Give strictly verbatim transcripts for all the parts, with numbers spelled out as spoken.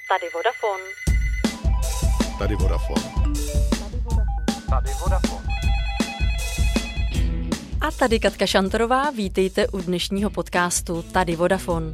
Tady Vodafone. Tady Vodafone. Tady Vodafone. A tady Katka Šantorová, vítejte u dnešního podcastu Tady Vodafone.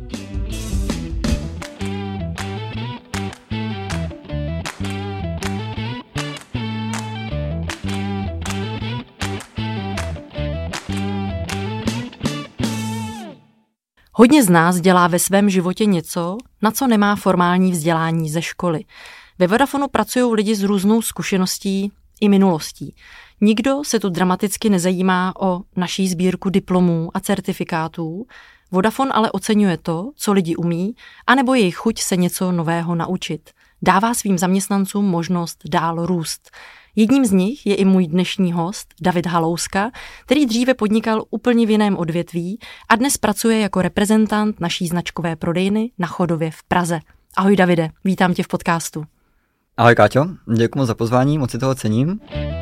Hodně z nás dělá ve svém životě něco, na co nemá formální vzdělání ze školy. Ve Vodafonu pracují lidi s různou zkušeností i minulostí. Nikdo se tu dramaticky nezajímá o naší sbírku diplomů a certifikátů. Vodafone ale oceňuje to, co lidi umí, anebo jejich chuť se něco nového naučit. Dává svým zaměstnancům možnost dál růst. Jedním z nich je i můj dnešní host, David Halouska, který dříve podnikal úplně v jiném odvětví a dnes pracuje jako reprezentant naší značkové prodejny na Chodově v Praze. Ahoj Davide, vítám tě v podcastu. Ahoj Káťo, děkuji za pozvání, moc si toho cením.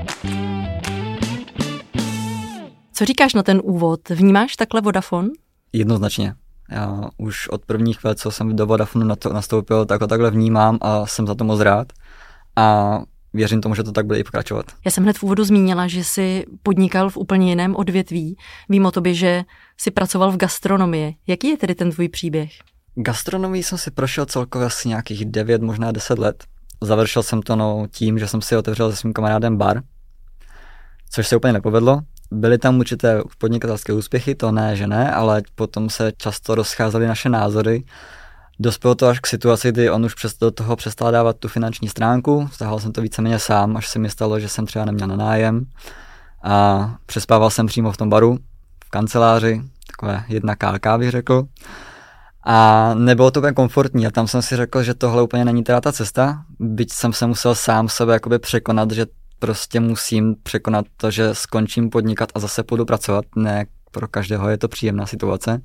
Co říkáš na ten úvod? Vnímáš takhle Vodafone? Jednoznačně. Já už od prvních let, co jsem do Vodafonu nastoupil, tak ho takhle vnímám a jsem za to moc rád. A věřím tomu, že to tak bude i pokračovat. Já jsem hned v úvodu zmínila, že jsi podnikal v úplně jiném odvětví. Vím o tobě, že jsi pracoval v gastronomii. Jaký je tedy ten tvůj příběh? Gastronomii jsem si prošel celkově asi nějakých devět, možná deset let. Završil jsem to no, tím, že jsem si otevřel se svým kamarádem bar, což se úplně nepovedlo. Byly tam určité podnikatelské úspěchy, to ne, že ne, ale potom se často rozcházely naše názory. Dospělo to až k situaci, kdy on už přes do toho přestal dávat tu finanční stránku, vztahoval jsem to víceméně sám, až se mi stalo, že jsem třeba neměl na nájem a přespával jsem přímo v tom baru, v kanceláři, takové jedna ká bych řekl. A nebylo to úplně komfortní a tam jsem si řekl, že tohle úplně není teda ta cesta, byť jsem se musel sám sebe jakoby překonat, že prostě musím překonat to, že skončím podnikat a zase půjdu pracovat, ne pro každého je to příjemná situace.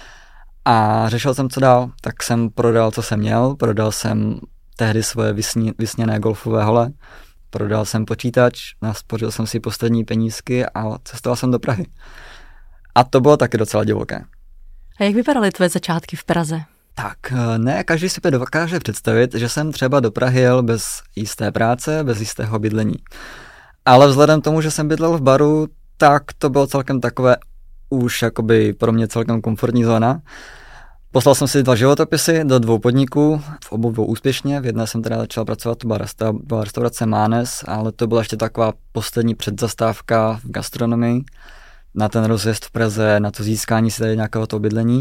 A řešil jsem, co dál, tak jsem prodal, co jsem měl, prodal jsem tehdy svoje vysní, vysněné golfové hole, prodal jsem počítač, naspořil jsem si poslední penízky a cestoval jsem do Prahy. A to bylo taky docela divoké. A jak vypadaly tvé začátky v Praze? Tak, ne, každý si dokáže představit, že jsem třeba do Prahy jel bez jisté práce, bez jistého bydlení. Ale vzhledem k tomu, že jsem bydlel v baru, tak to bylo celkem takové už jakoby pro mě celkem komfortní zóna. Poslal jsem si dva životopisy do dvou podniků, v obou dvou úspěšně, v jedné jsem teda začal pracovat, to byla, resta, byla restaurace Mánes, ale to byla ještě taková poslední předzastávka v gastronomii, na ten rozjezd v Praze, na to získání si tady nějakého toho bydlení.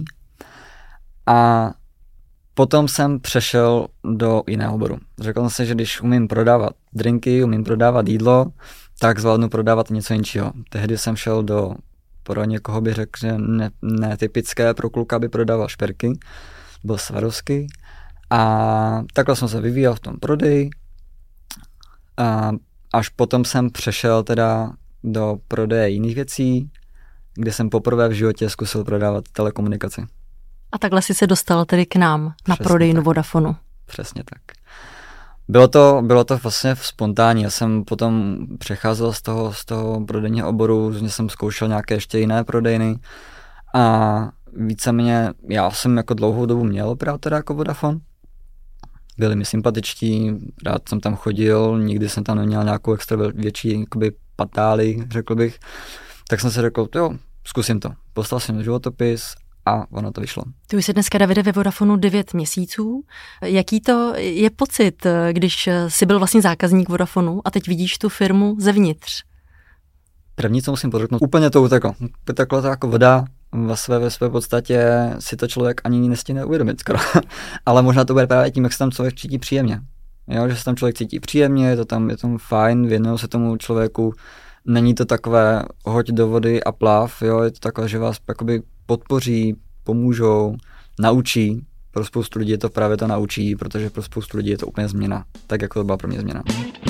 A potom jsem přešel do jiného oboru. Řekl jsem si, že když umím prodávat drinky, umím prodávat jídlo, tak zvládnu prodávat něco jiného. Tehdy jsem šel do, pro někoho bych řekl, že ne, netypické, pro kluka by prodával šperky, byl Swarovski. A takhle jsem se vyvíjel v tom prodeji. A až potom jsem přešel teda do prodeje jiných věcí, kde jsem poprvé v životě zkusil prodávat telekomunikaci. A takhle jsi se dostal tedy k nám na Přesně prodejnu tak. Vodafonu. Přesně tak. Bylo to, bylo to vlastně spontánní. Já jsem potom přecházel z toho, z toho prodejního oboru, že jsem zkoušel nějaké ještě jiné prodejny a víceméně já jsem jako dlouhou dobu měl operátora jako Vodafone. Byli mi sympatičtí, rád jsem tam chodil, nikdy jsem tam neměl nějakou extra větší jakoby patáli, řekl bych. Tak jsem si řekl, jo, zkusím to. Poslal jsem životopis a ono to vyšlo. Ty už jsi dneska, Davide, ve Vodafonu devět měsíců. Jaký to je pocit, když jsi byl vlastně zákazník Vodafonu a teď vidíš tu firmu zevnitř? První, co musím podotknout, úplně to uteklo. Uteklo to jako voda, ve své, ve své podstatě si to člověk ani nestíne uvědomit skoro. Ale možná to bude právě tím, jak se tam člověk cítí příjemně. Jo, že se tam člověk cítí příjemně, je to tam, je tam fajn, věnují se tomu člověku. Není to takové hoď do vody a plav, jo, je to takové, že vás jakoby podpoří, pomůžou, naučí. Pro spoustu lidí je to právě to naučí, protože pro spoustu lidí je to úplně změna, tak jako to byla pro mě změna.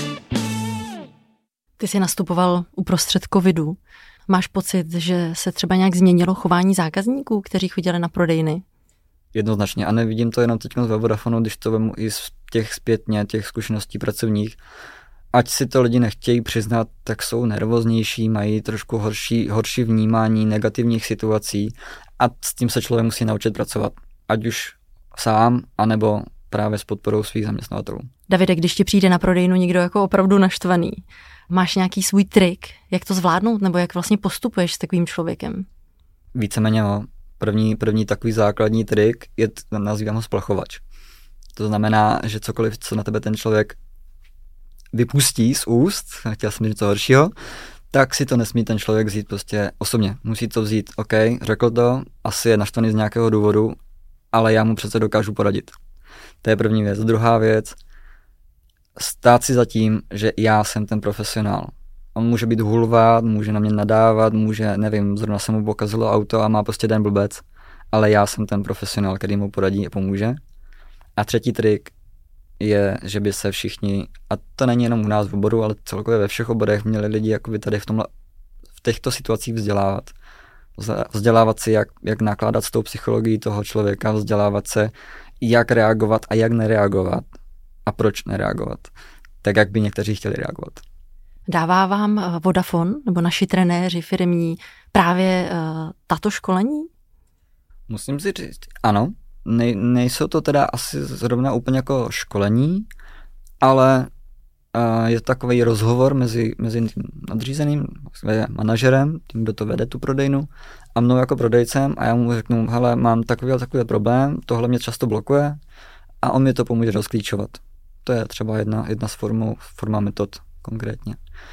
Ty jsi nastupoval uprostřed covidu. Máš pocit, že se třeba nějak změnilo chování zákazníků, kteří chodili na prodejny? Jednoznačně a nevidím to jenom teď ve Vodafonu, když to vemu i z těch zpětně, těch zkušeností pracovních. Ať si to lidi nechtějí přiznat, tak jsou nervóznější, mají trošku horší, horší vnímání negativních situací a s tím se člověk musí naučit pracovat. Ať už sám, anebo právě s podporou svých zaměstnavatelů. Davide, když ti přijde na prodejnu někdo jako opravdu naštvaný, máš nějaký svůj trik, jak to zvládnout, nebo jak vlastně postupuješ s takovým člověkem? Víceméně jo. První, první takový základní trik je, nazývám ho splachovač. To znamená, že cokoliv, co na tebe ten člověk vypustí z úst, chtěl jsem něco horšího, tak si to nesmí ten člověk vzít prostě osobně. Musí to vzít, OK, řekl to, asi je naštvaný z nějakého důvodu, ale já mu přece dokážu poradit. To je první věc. Druhá věc, stát si za tím, že já jsem ten profesionál. On může být hulvát, může na mě nadávat, může, nevím, zrovna se mu pokazilo auto a má prostě den blbec, ale já jsem ten profesionál, který mu poradí a pomůže. A třetí trik je, že by se všichni, a to není jenom u nás v oboru, ale celkově ve všech oborech měli lidi jakoby tady v, tomhle, v těchto situacích vzdělávat. Vzdělávat si, jak, jak nakládat s tou psychologií toho člověka, vzdělávat se, jak reagovat a jak nereagovat a proč nereagovat, tak jak by někteří chtěli reagovat. Dává vám Vodafone nebo naši trenéři firemní právě uh, tato školení? Musím si říct, ano. Nej, nejsou to teda asi zrovna úplně jako školení, ale uh, je to takový rozhovor mezi, mezi tím nadřízeným manažerem, tím, kdo to vede tu prodejnu, a mnou jako prodejcem, a já mu řeknu, hele, mám takový a takový problém, tohle mě často blokuje, a on mi to pomůže rozklíčovat. To je třeba jedna, jedna z formou, forma metod konkrétně.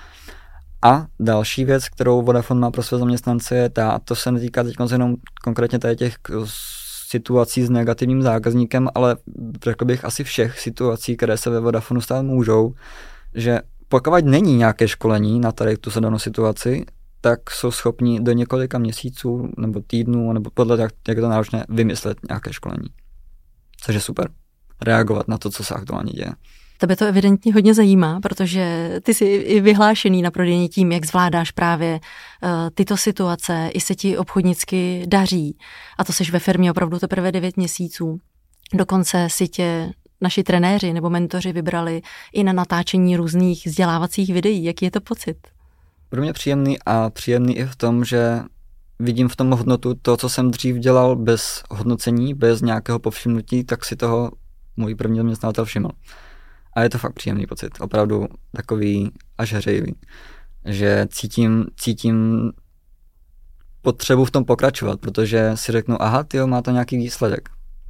A další věc, kterou Vodafone má pro své zaměstnance, je ta, a to se netýká teď jenom konkrétně tady těch situací s negativním zákazníkem, ale řekl bych asi všech situací, které se ve Vodafonu stát můžou, že pokud není nějaké školení na tady tu danou situaci, tak jsou schopni do několika měsíců nebo týdnů, nebo podle jak, jak je to náročné, vymyslet nějaké školení. Což je super. Reagovat na to, co se aktuálně děje. Tebe to evidentně hodně zajímá, protože ty jsi i vyhlášený na prodejně tím, jak zvládáš právě uh, tyto situace, i se ti obchodnicky daří. A to seš ve firmě opravdu teprve devět měsíců. Dokonce si tě naši trenéři nebo mentoři vybrali i na natáčení různých vzdělávacích videí. Jaký je to pocit? Pro mě příjemný a příjemný i v tom, že vidím v tom hodnotu to, co jsem dřív dělal bez hodnocení, bez nějakého povšimnutí, tak si toho můj první zaměstnavatel všiml. A je to fakt příjemný pocit, opravdu takový až hřejivý, že cítím, cítím potřebu v tom pokračovat, protože si řeknu, aha, tyjo, má to nějaký výsledek.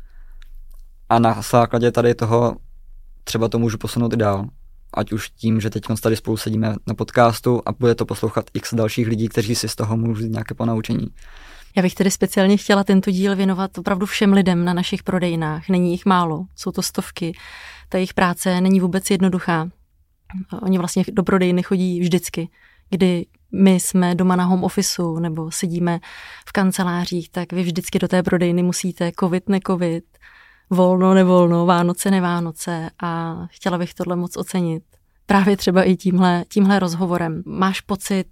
A na základě tady toho třeba to můžu posunout i dál. Ať už tím, že teď tady spolu sedíme na podcastu a bude to poslouchat x dalších lidí, kteří si z toho můžou vzít nějaké ponaučení. Já bych tedy speciálně chtěla tento díl věnovat opravdu všem lidem na našich prodejnách. Není jich málo, jsou to stovky. Ta jejich práce není vůbec jednoduchá. Oni vlastně do prodejny chodí vždycky. Kdy my jsme doma na home officeu nebo sedíme v kancelářích, tak vy vždycky do té prodejny musíte covid, necovid, volno, nevolno, Vánoce, nevánoce, a chtěla bych tohle moc ocenit. Právě třeba i tímhle, tímhle rozhovorem. Máš pocit,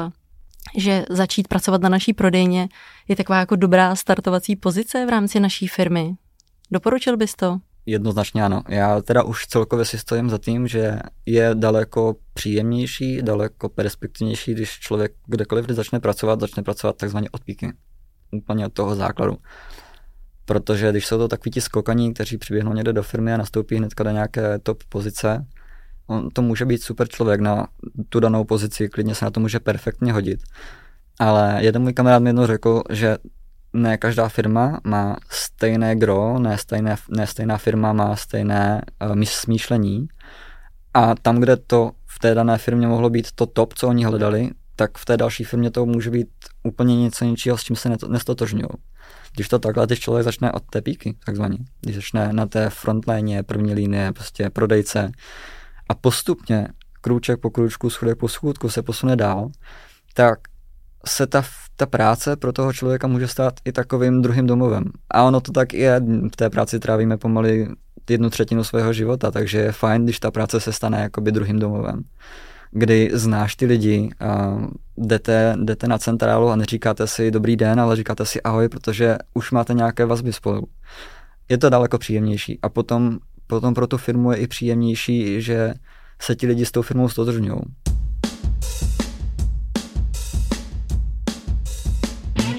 že začít pracovat na naší prodejně je taková jako dobrá startovací pozice v rámci naší firmy? Doporučil bys to? Jednoznačně ano. Já teda už celkově si stojím za tím, že je daleko příjemnější, daleko perspektivnější, když člověk kdekoliv začne pracovat, začne pracovat takzvaně od píky. Úplně od toho základu. Protože když jsou to takoví ti skokaní, kteří přiběhnou někde do firmy a nastoupí hnedka do nějaké top pozice, on to může být super člověk na tu danou pozici, klidně se na to může perfektně hodit. Ale jeden můj kamarád mi jednou řekl, že ne každá firma má stejné gro, ne, stejné, ne stejná firma má stejné uh, smýšlení, a tam, kde to v té dané firmě mohlo být to top, co oni hledali, tak v té další firmě to může být úplně něco něčího, s čím se nestotožňují. Když to takhle, když člověk začne od té píky, takzvaně, když začne na té frontline, první linie, prostě prodejce, a postupně, krůček po krůčku, schůdek po schůdku se posune dál, tak se ta, ta práce pro toho člověka může stát i takovým druhým domovem. A ono to tak je, v té práci trávíme pomalu jednu třetinu svého života, takže je fajn, když ta práce se stane jakoby druhým domovem. Kdy znáš ty lidi, a jdete, jdete na centrálu a neříkáte si dobrý den, ale říkáte si ahoj, protože už máte nějaké vazby spolu. Je to daleko příjemnější. A potom, potom pro tu firmu je i příjemnější, že se ti lidi s tou firmou stotožňují.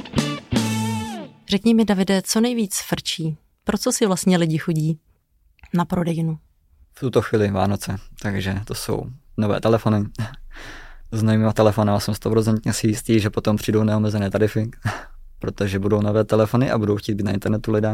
Řekni mi, Davide, co nejvíc frčí? Pro co si vlastně lidi chodí? na prodejnu? V tuto chvíli Vánoce, takže to jsou nové telefony. S novými telefony jsem sto procent si jistý, že potom přijdou neomezené tarify, protože budou nové telefony a budou chtít být na internetu lidé.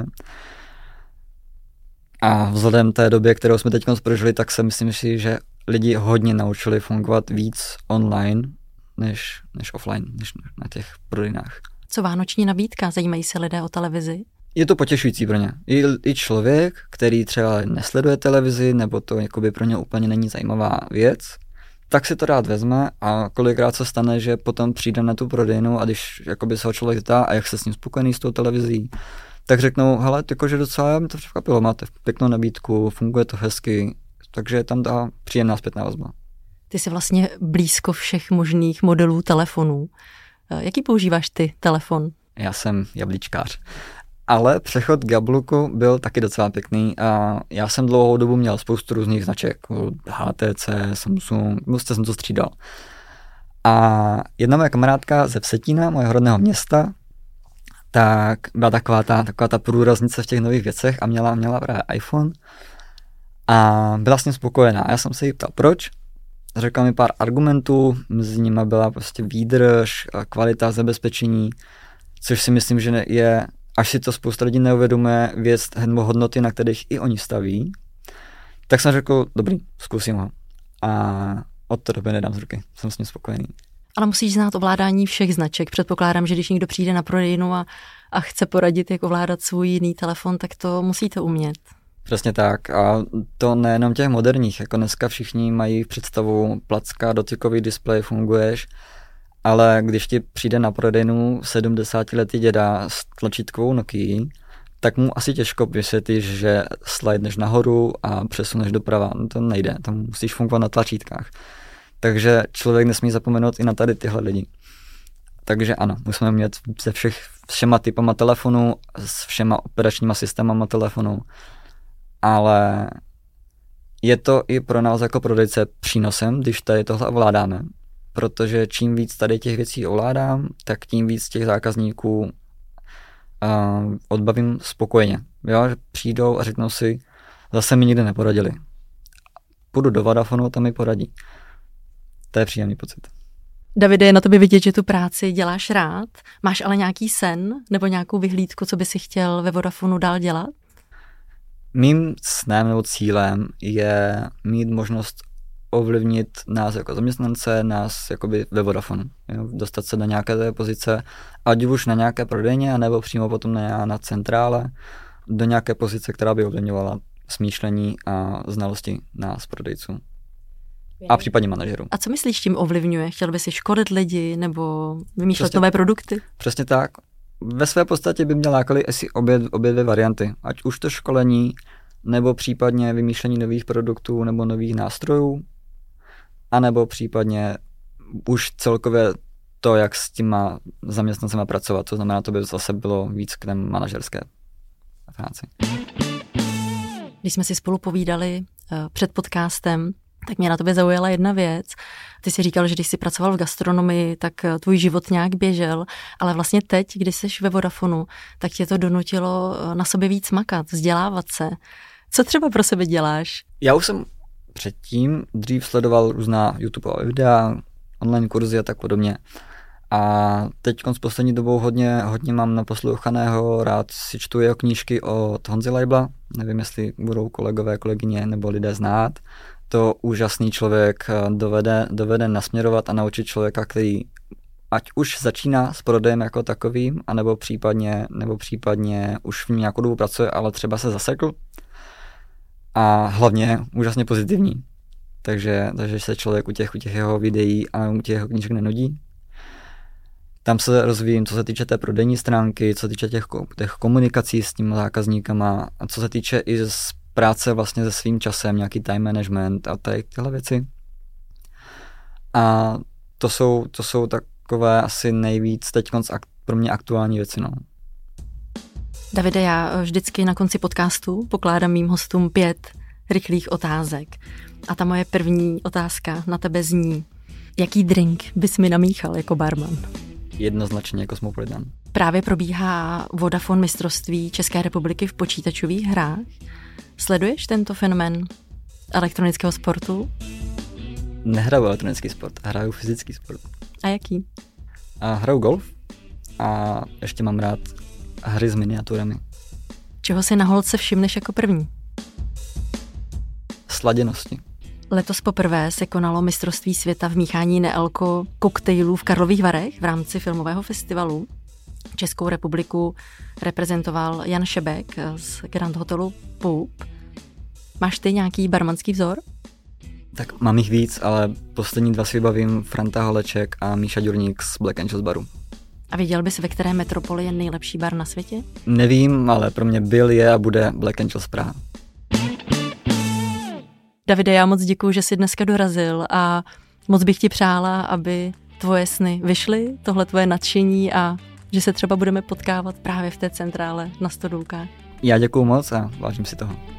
A vzhledem té době, kterou jsme teď prožili, tak se myslím si, že lidi hodně naučili fungovat víc online než, než offline, než na těch prodejnách. Co vánoční nabídka? Zajímají se lidé o televizi? Je to potěšující pro ně. I, i člověk, který třeba nesleduje televizi, nebo to jakoby pro ně úplně není zajímavá věc, tak si to rád vezme a kolikrát se stane, že potom přijde na tu prodejnu a když jakoby se ho člověk ptá a jak se s ním spokojený s tou televizí, tak řeknou, hele, jakože docela mi to překvapilo, máte pěknou nabídku, funguje to hezky, takže je tam ta příjemná zpětná vazba. Ty jsi vlastně blízko všech možných modelů telefonů. Jaký používáš ty telefon? Já jsem jablíčkář. Ale přechod k Jabluku byl taky docela pěkný a já jsem dlouhou dobu měl spoustu různých značek, H T C, Samsung, prostě jsem to střídal. A jedna moje kamarádka ze Vsetína, mojeho rodného města, tak byla taková ta, taková ta průraznice v těch nových věcech a měla, měla právě iPhone a byla s ním spokojená. Já jsem se jí ptal, proč? Řekla mi pár argumentů, mezi nimi byla prostě výdrž, kvalita, zabezpečení, což si myslím, že je, až si to spousta lidí neuvědomuje, věc nebo hodnoty, na kterých i oni staví, tak jsem řekl, dobrý, zkusím ho. A od té doby nedám z ruky, jsem s ním spokojený. Ale musíš znát ovládání všech značek. Předpokládám, že když někdo přijde na prodejnu a, a chce poradit, jak ovládat svůj jiný telefon, tak to musíte umět. Přesně tak. A to nejenom těch moderních. Jako dneska všichni mají představu placka, dotykový displej, funguješ, ale když ti přijde na prodejnu sedmdesátiletý děda s tlačítkovou Nokia, tak mu asi těžko vysvětlíš, že slidneš nahoru a přesuneš doprava. No to nejde, to musíš fungovat na tlačítkách. Takže člověk nesmí zapomenout i na tady tyhle lidi. Takže ano, musíme mít se všech, všema typama telefonů, s všema operačníma systémama telefonu, ale je to i pro nás jako prodejce přínosem, když tady tohle ovládáme, protože čím víc tady těch věcí ovládám, tak tím víc těch zákazníků uh, odbavím spokojeně. Jo, že přijdou a řeknou si, zase mi nikdy neporadili. Půjdu do Vodafonu, tam mi poradí. To je příjemný pocit. Davide, je na tobě vidět, že tu práci děláš rád. Máš ale nějaký sen nebo nějakou vyhlídku, co by si chtěl ve Vodafonu dál dělat? Mým snem nebo cílem je mít možnost ovlivnit nás jako zaměstnance, nás jakoby ve Vodafonu. Jo? Dostat se do nějaké té pozice, ať už na nějaké prodejně, nebo přímo potom na, na centrále, do nějaké pozice, která by ovlivňovala smýšlení a znalosti nás, prodejců. A případně manažerů. A co myslíš tím ovlivňuje? Chtěl by si školit lidi nebo vymýšlet Přesně, nové produkty? Přesně tak. Ve své podstatě by měl lákali asi obě, obě dvě varianty. Ať už to školení, nebo případně vymýšlení nových produktů nebo nových nástrojů, anebo případně už celkově to, jak s těma zaměstnancema pracovat. To znamená, to by zase bylo víc k té manažerské práci. Když jsme si spolu povídali uh, před podcastem, tak mě na tobě zaujala jedna věc. Ty jsi říkal, že když jsi pracoval v gastronomii, tak tvůj život nějak běžel, ale vlastně teď, když jsi ve Vodafonu, tak tě to donutilo na sobě víc makat, vzdělávat se. Co třeba pro sebe děláš? Já už jsem předtím dřív sledoval různá YouTubeová videa, online kurzy a tak podobně. A teď s poslední dobou hodně, hodně mám naposlouchaného, rád si čtu jeho knížky od Honzy Leibla. Nevím, jestli budou kolegové, kolegyně nebo lidé znát. To úžasný člověk dovede, dovede nasměrovat a naučit člověka, který ať už začíná s prodejem jako takovým, anebo případně, nebo případně už v ní nějakou dobu pracuje, ale třeba se zasekl. A hlavně úžasně pozitivní. Takže, takže se člověk u těch, u těch jeho videí a u těch jeho knížek nenudí. Tam se rozvíjím, co se týče té prodejní stránky, co se týče těch, těch komunikací s těmi zákazníkama a co se týče i z práce vlastně se svým časem, nějaký time management a tady tyhle věci. A to jsou, to jsou takové asi nejvíc teď pro mě aktuální věci. No. Davide, já vždycky na konci podcastu pokládám mým hostům pět rychlých otázek. A ta moje první otázka na tebe zní, jaký drink bys mi namíchal jako barman? Jednoznačně Cosmopolitan. Právě probíhá Vodafone mistrovství České republiky v počítačových hrách. Sleduješ tento fenomén elektronického sportu? Nehraju elektronický sport, hraju fyzický sport. A jaký? A hraju golf a ještě mám rád hry s miniaturami. Čeho si na holce všimneš jako první? Sladěnosti. Letos poprvé se konalo mistrovství světa v míchání nealko koktejlů v Karlových Varech v rámci filmového festivalu. Českou republiku reprezentoval Jan Šebek z Grand Hotelu Pulp. Máš ty nějaký barmanský vzor? Tak mám jich víc, ale poslední dva si vybavím Franta Holeček a Míša Ďurník z Black Angels baru. A věděl bys, ve které metropoli je nejlepší bar na světě? Nevím, ale pro mě byl, je a bude Black Angels Praha. Davide, já moc děkuju, že jsi dneska dorazil a moc bych ti přála, aby tvoje sny vyšly, tohle tvoje nadšení a že se třeba budeme potkávat právě v té centrále na Stodůlkách. Já děkuju moc a vážím si toho.